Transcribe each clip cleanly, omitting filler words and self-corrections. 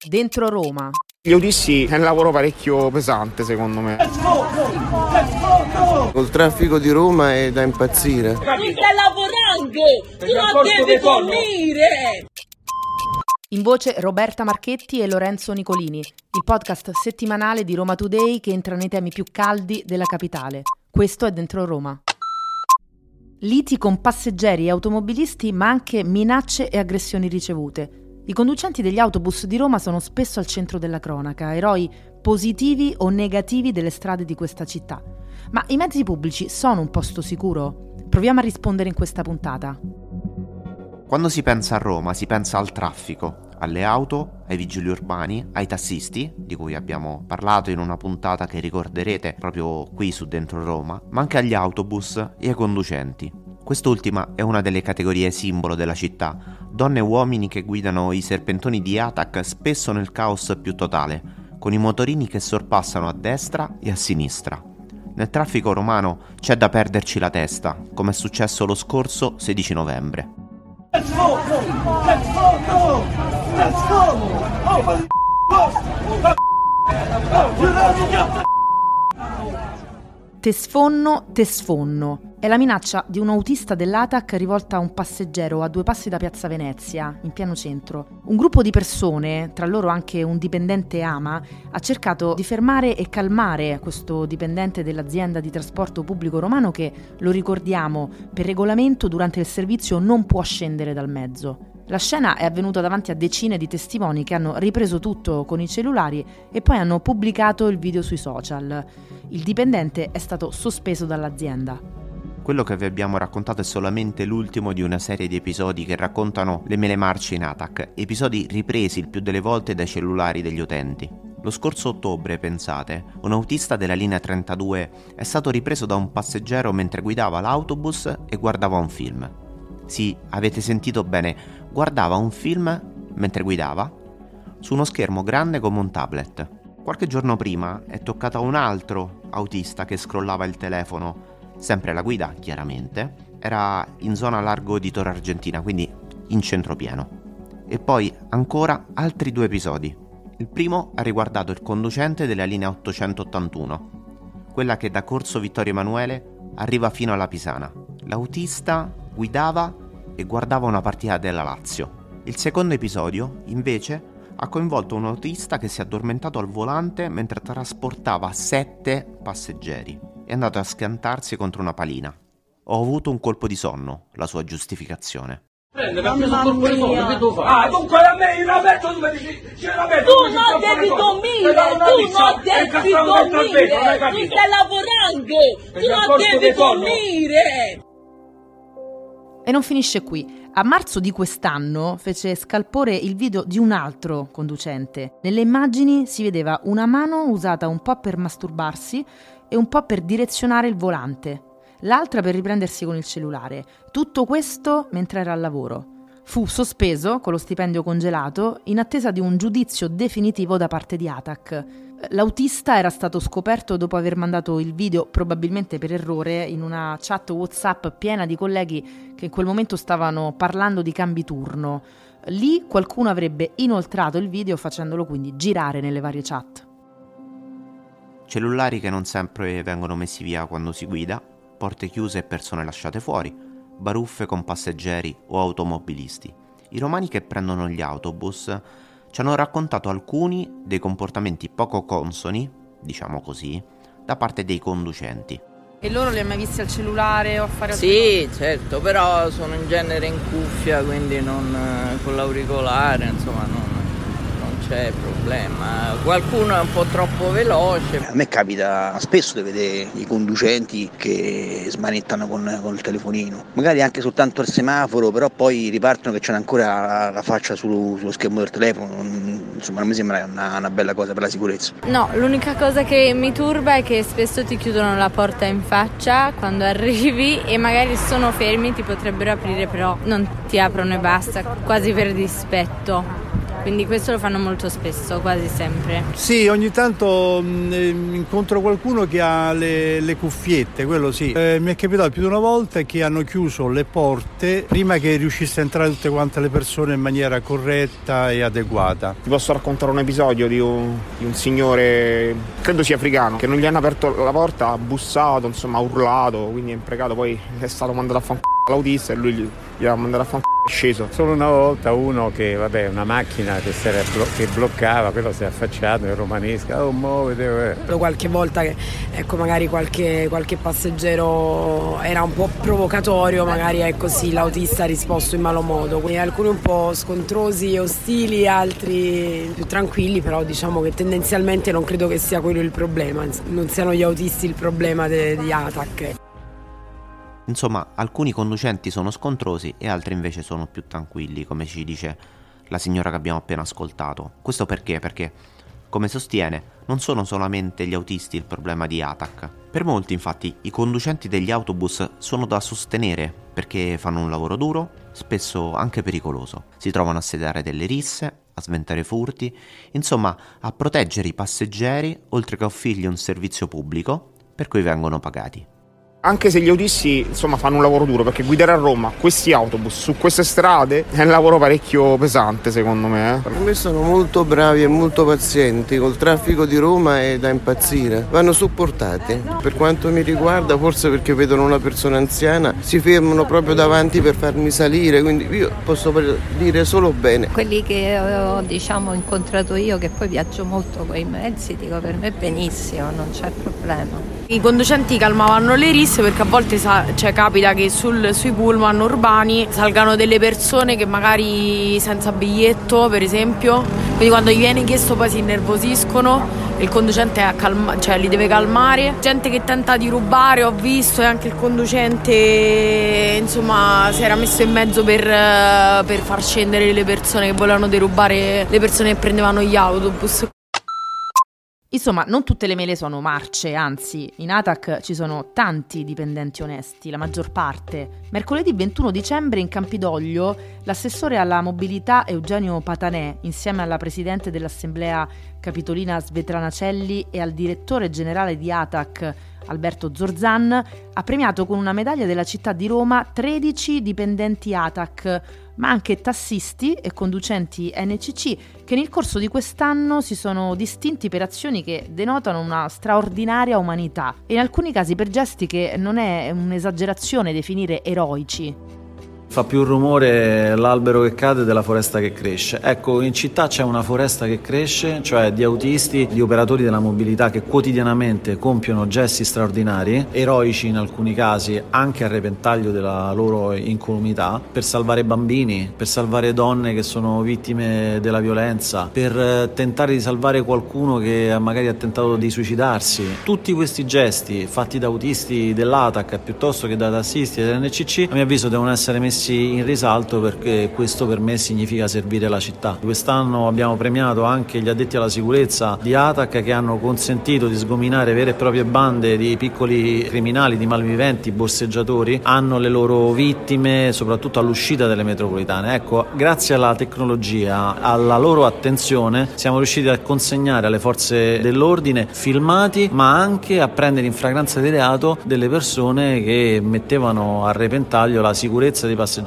Dentro Roma. Gli autisti è un lavoro parecchio pesante, secondo me. Col traffico di Roma è da impazzire. Tu stai lavorando, tu non devi dormire. In voce Roberta Marchetti e Lorenzo Nicolini, il podcast settimanale di Roma Today che entra nei temi più caldi della capitale. Questo è Dentro Roma. Liti con passeggeri e automobilisti, ma anche minacce e aggressioni ricevute. I conducenti degli autobus di Roma sono spesso al centro della cronaca, eroi positivi o negativi delle strade di questa città. Ma i mezzi pubblici sono un posto sicuro? Proviamo a rispondere in questa puntata. Quando si pensa a Roma si pensa al traffico, alle auto, ai vigili urbani, ai tassisti, di cui abbiamo parlato in una puntata che ricorderete proprio qui su Dentro Roma, ma anche agli autobus e ai conducenti. Quest'ultima è una delle categorie simbolo della città, donne e uomini che guidano i serpentoni di ATAC spesso nel caos più totale, con i motorini che sorpassano a destra e a sinistra. Nel traffico romano c'è da perderci la testa, come è successo lo scorso 16 novembre. Let's go! Let's go! Go! Let's go! Te sfonno. È la minaccia di un autista dell'ATAC rivolta a un passeggero a 2 passi da Piazza Venezia, in pieno centro. Un gruppo di persone, tra loro anche un dipendente AMA, ha cercato di fermare e calmare questo dipendente dell'azienda di trasporto pubblico romano che, lo ricordiamo, per regolamento durante il servizio non può scendere dal mezzo. La scena è avvenuta davanti a decine di testimoni che hanno ripreso tutto con i cellulari e poi hanno pubblicato il video sui social. Il dipendente è stato sospeso dall'azienda. Quello che vi abbiamo raccontato è solamente l'ultimo di una serie di episodi che raccontano le mele marce in ATAC, episodi ripresi il più delle volte dai cellulari degli utenti. Lo scorso ottobre, pensate, un autista della linea 32 è stato ripreso da un passeggero mentre guidava l'autobus e guardava un film. Sì, avete sentito bene, guardava un film mentre guidava su uno schermo grande come un tablet. Qualche giorno prima è toccato a un altro autista che scrollava il telefono, sempre alla guida chiaramente, era in zona largo di Torre Argentina, quindi in centro pieno. E poi ancora altri 2 episodi. Il primo ha riguardato il conducente della linea 881, quella che da Corso Vittorio Emanuele arriva fino alla Pisana. L'autista guidava e guardava una partita della Lazio. Il secondo episodio, invece, ha coinvolto un autista che si è addormentato al volante mentre trasportava 7 passeggeri. È andato a schiantarsi contro una palina. Ho avuto un colpo di sonno, la sua giustificazione. Dunque a me il aperto tu mi dici, c'è l'aperto. Tu non devi dormire, tu stai lavorando, tu non devi dormire. E non finisce qui. A marzo di quest'anno fece scalpore il video di un altro conducente. Nelle immagini si vedeva una mano usata un po' per masturbarsi e un po' per direzionare il volante, l'altra per riprendersi con il cellulare. Tutto questo mentre era al lavoro. Fu sospeso, con lo stipendio congelato, in attesa di un giudizio definitivo da parte di ATAC. L'autista era stato scoperto dopo aver mandato il video, probabilmente per errore, in una chat WhatsApp piena di colleghi che in quel momento stavano parlando di cambi turno. Lì qualcuno avrebbe inoltrato il video facendolo quindi girare nelle varie chat. Cellulari che non sempre vengono messi via quando si guida, porte chiuse e persone lasciate fuori, baruffe con passeggeri o automobilisti. I romani che prendono gli autobus ci hanno raccontato alcuni dei comportamenti poco consoni, diciamo così, da parte dei conducenti. E loro li hai mai visti al cellulare o a fare Sì, certo, però sono in genere in cuffia, quindi non con l'auricolare, insomma non c'è problema. Qualcuno è un po' troppo veloce. A me capita spesso di vedere i conducenti che smanettano con il telefonino, magari anche soltanto al semaforo, però poi ripartono che c'è ancora la faccia sullo schermo del telefono. Insomma, non mi sembra una bella cosa per la sicurezza. No, l'unica cosa che mi turba è che spesso ti chiudono la porta in faccia quando arrivi e magari sono fermi, ti potrebbero aprire, però non ti aprono e basta, quasi per dispetto. quindi questo lo fanno molto spesso, quasi sempre. Sì, ogni tanto incontro qualcuno che ha le cuffiette, quello sì. Mi è capitato più di una volta che hanno chiuso le porte prima che riuscisse a entrare tutte quante le persone in maniera corretta e adeguata. Ti posso raccontare un episodio di un signore, credo sia africano, che non gli hanno aperto la porta, ha bussato, insomma ha urlato, quindi è imprecato, poi è stato mandato a fanculo l'autista e lui gli ha mandato a fanculo. Sceso. Solo una volta uno che, una macchina che bloccava, quello si è affacciato in romanesca, muovete. Qualche volta che magari qualche passeggero era un po' provocatorio, magari l'autista ha risposto in malo modo. Quindi alcuni un po' scontrosi e ostili, altri più tranquilli, però diciamo che tendenzialmente non credo che sia quello il problema, non siano gli autisti il problema di ATAC. Insomma, alcuni conducenti sono scontrosi e altri invece sono più tranquilli, come ci dice la signora che abbiamo appena ascoltato. Questo perché? Perché, come sostiene, non sono solamente gli autisti il problema di ATAC. Per molti, infatti, i conducenti degli autobus sono da sostenere perché fanno un lavoro duro, spesso anche pericoloso. Si trovano a sedare delle risse, a sventare furti, insomma, a proteggere i passeggeri, oltre che a offrirgli un servizio pubblico per cui vengono pagati. Anche se gli autisti fanno un lavoro duro, perché guidare a Roma questi autobus su queste strade è un lavoro parecchio pesante, secondo me. Per me sono molto bravi e molto pazienti, col traffico di Roma è da impazzire, vanno supportati. Per quanto mi riguarda, forse perché vedono una persona anziana, si fermano proprio davanti per farmi salire, quindi io posso dire solo bene. Quelli che ho incontrato io, che poi viaggio molto con i mezzi, dico per me benissimo, non c'è problema. I conducenti calmavano le risse perché a volte capita che sui pullman urbani salgano delle persone che magari senza biglietto, per esempio, quindi quando gli viene chiesto poi si innervosiscono e il conducente li deve calmare. Gente che tenta di rubare, ho visto, e anche il conducente si era messo in mezzo per far scendere le persone che volevano derubare le persone che prendevano gli autobus. Insomma, non tutte le mele sono marce, anzi, in ATAC ci sono tanti dipendenti onesti, la maggior parte. Mercoledì 21 dicembre in Campidoglio l'assessore alla mobilità Eugenio Patanè, insieme alla presidente dell'Assemblea Capitolina Svetlanacelli e al direttore generale di ATAC Alberto Zorzan, ha premiato con una medaglia della città di Roma 13 dipendenti ATAC, ma anche tassisti e conducenti NCC che nel corso di quest'anno si sono distinti per azioni che denotano una straordinaria umanità e in alcuni casi per gesti che non è un'esagerazione definire eroici. Fa più rumore l'albero che cade della foresta che cresce. Ecco, in città c'è una foresta che cresce, cioè di autisti, di operatori della mobilità che quotidianamente compiono gesti straordinari, eroici in alcuni casi, anche a repentaglio della loro incolumità, per salvare bambini, per salvare donne che sono vittime della violenza, per tentare di salvare qualcuno che magari ha tentato di suicidarsi. Tutti questi gesti fatti da autisti dell'ATAC piuttosto che da tassisti e dell'NCC, a mio avviso devono essere messi in risalto, perché questo per me significa servire la città. Quest'anno abbiamo premiato anche gli addetti alla sicurezza di ATAC che hanno consentito di sgominare vere e proprie bande di piccoli criminali, di malviventi, borseggiatori, hanno le loro vittime soprattutto all'uscita delle metropolitane. Ecco, grazie alla tecnologia, alla loro attenzione, siamo riusciti a consegnare alle forze dell'ordine filmati, ma anche a prendere in flagranza di reato delle persone che mettevano a repentaglio la sicurezza dei passeggeri.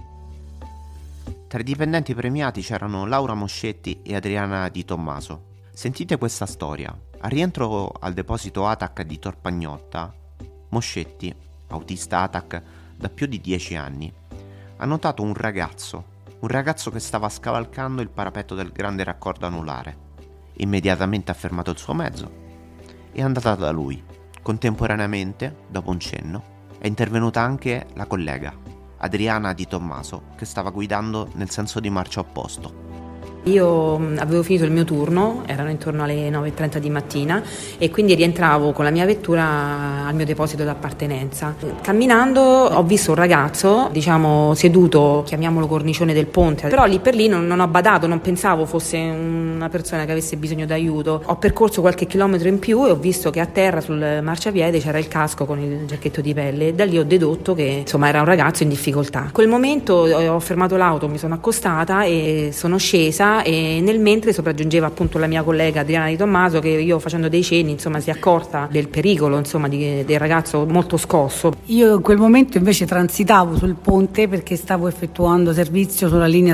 Tra i dipendenti premiati c'erano Laura Moschetti e Adriana Di Tommaso. Sentite questa storia. Al rientro al deposito ATAC di Tor Pagnotta, Moschetti, autista ATAC da più di 10 anni, ha notato un ragazzo che stava scavalcando il parapetto del grande raccordo anulare. Immediatamente ha fermato il suo mezzo e è andata da lui. Contemporaneamente, dopo un cenno, è intervenuta anche la collega, Adriana Di Tommaso, che stava guidando nel senso di marcia opposto. Io avevo finito il mio turno, erano intorno alle 9:30 di mattina e quindi rientravo con la mia vettura al mio deposito d'appartenenza. Camminando ho visto un ragazzo, seduto, chiamiamolo cornicione del ponte, però lì per lì non ho badato, non pensavo fosse una persona che avesse bisogno d'aiuto. Ho percorso qualche chilometro in più e ho visto che a terra sul marciapiede c'era il casco con il giacchetto di pelle e da lì ho dedotto che era un ragazzo in difficoltà. In quel momento ho fermato l'auto, mi sono accostata e sono scesa via, e nel mentre sopraggiungeva appunto la mia collega Adriana Di Tommaso, che io facendo dei cenni insomma si è accorta del pericolo insomma del ragazzo molto scosso. Io in quel momento invece transitavo sul ponte perché stavo effettuando servizio sulla linea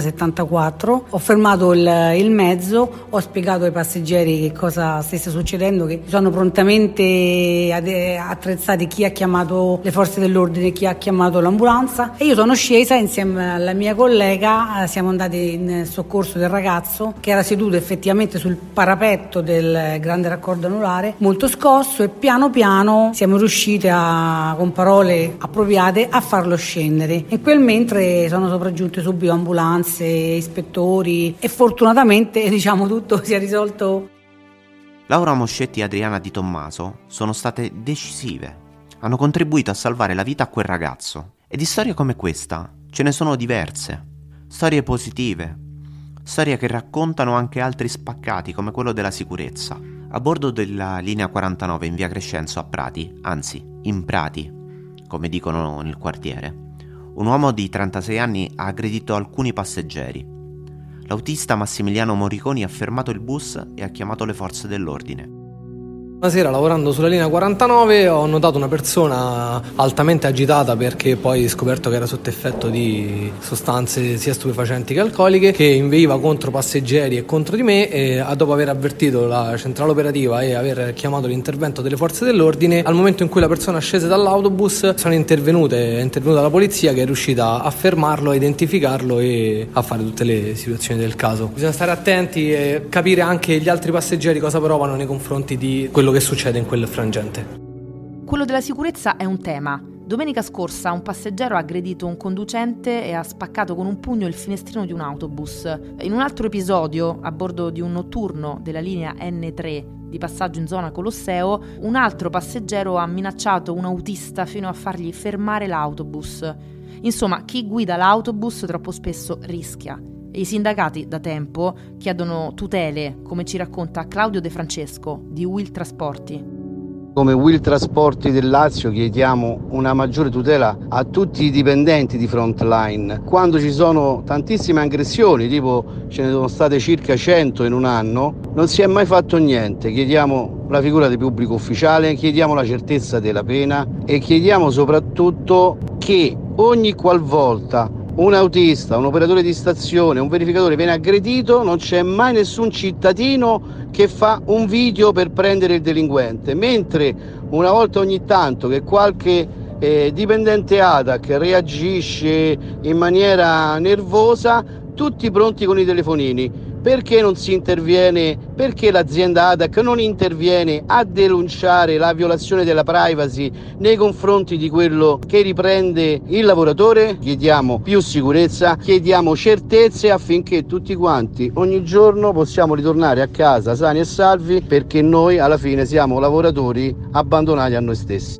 74, ho fermato il mezzo, ho spiegato ai passeggeri che cosa stesse succedendo, che sono prontamente attrezzati, chi ha chiamato le forze dell'ordine, chi ha chiamato l'ambulanza, e io sono scesa insieme alla mia collega, siamo andati in soccorso del ragazzo che era seduto effettivamente sul parapetto del grande raccordo anulare, molto scosso, e piano piano siamo riusciti con parole appropriate a farlo scendere. In quel mentre sono sopraggiunte subito ambulanze, ispettori, e fortunatamente diciamo tutto si è risolto. Laura Moscetti e Adriana Di Tommaso sono state decisive. Hanno contribuito a salvare la vita a quel ragazzo. E di storie come questa ce ne sono diverse. Storie positive. Storie che raccontano anche altri spaccati come quello della sicurezza. A bordo della linea 49 in via Crescenzo a Prati, anzi in Prati, come dicono nel quartiere, un uomo di 36 anni ha aggredito alcuni passeggeri. L'autista Massimiliano Moriconi ha fermato il bus e ha chiamato le forze dell'ordine. Una sera, lavorando sulla linea 49, ho notato una persona altamente agitata perché poi ho scoperto che era sotto effetto di sostanze sia stupefacenti che alcoliche, che inveiva contro passeggeri e contro di me, e dopo aver avvertito la centrale operativa e aver chiamato l'intervento delle forze dell'ordine, al momento in cui la persona scese dall'autobus è intervenuta la polizia, che è riuscita a fermarlo, a identificarlo e a fare tutte le situazioni del caso. Bisogna stare attenti e capire anche gli altri passeggeri cosa provano nei confronti di quello che succede in quel frangente. Quello della sicurezza è un tema. Domenica scorsa un passeggero ha aggredito un conducente e ha spaccato con un pugno il finestrino di un autobus. In un altro episodio, a bordo di un notturno della linea N3 di passaggio in zona Colosseo, un altro passeggero ha minacciato un autista fino a fargli fermare l'autobus. Insomma, chi guida l'autobus troppo spesso rischia. E i sindacati da tempo chiedono tutele, come ci racconta Claudio De Francesco di Will Trasporti. Come Will Trasporti del Lazio chiediamo una maggiore tutela a tutti i dipendenti di Frontline. Quando ci sono tantissime aggressioni, tipo ce ne sono state circa 100 in un anno, non si è mai fatto niente. Chiediamo la figura del pubblico ufficiale, chiediamo la certezza della pena e chiediamo soprattutto che ogni qualvolta un autista, un operatore di stazione, un verificatore viene aggredito, non c'è mai nessun cittadino che fa un video per prendere il delinquente, mentre una volta ogni tanto che qualche dipendente ATAC reagisce in maniera nervosa, tutti pronti con i telefonini. Perché non si interviene? Perché l'azienda ATAC non interviene a denunciare la violazione della privacy nei confronti di quello che riprende il lavoratore? Chiediamo più sicurezza, chiediamo certezze affinché tutti quanti ogni giorno possiamo ritornare a casa sani e salvi, perché noi alla fine siamo lavoratori abbandonati a noi stessi.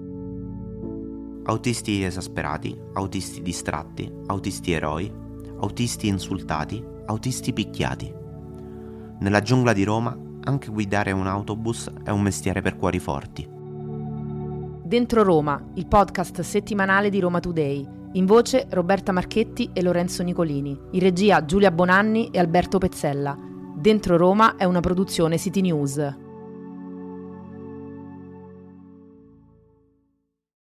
Autisti esasperati, autisti distratti, autisti eroi, autisti insultati, autisti picchiati. Nella giungla di Roma anche guidare un autobus è un mestiere per cuori forti. Dentro Roma, il podcast settimanale di Roma Today. In voce Roberta Marchetti e Lorenzo Nicolini. In regia Giulia Bonanni e Alberto Pezzella. Dentro Roma è una produzione City News.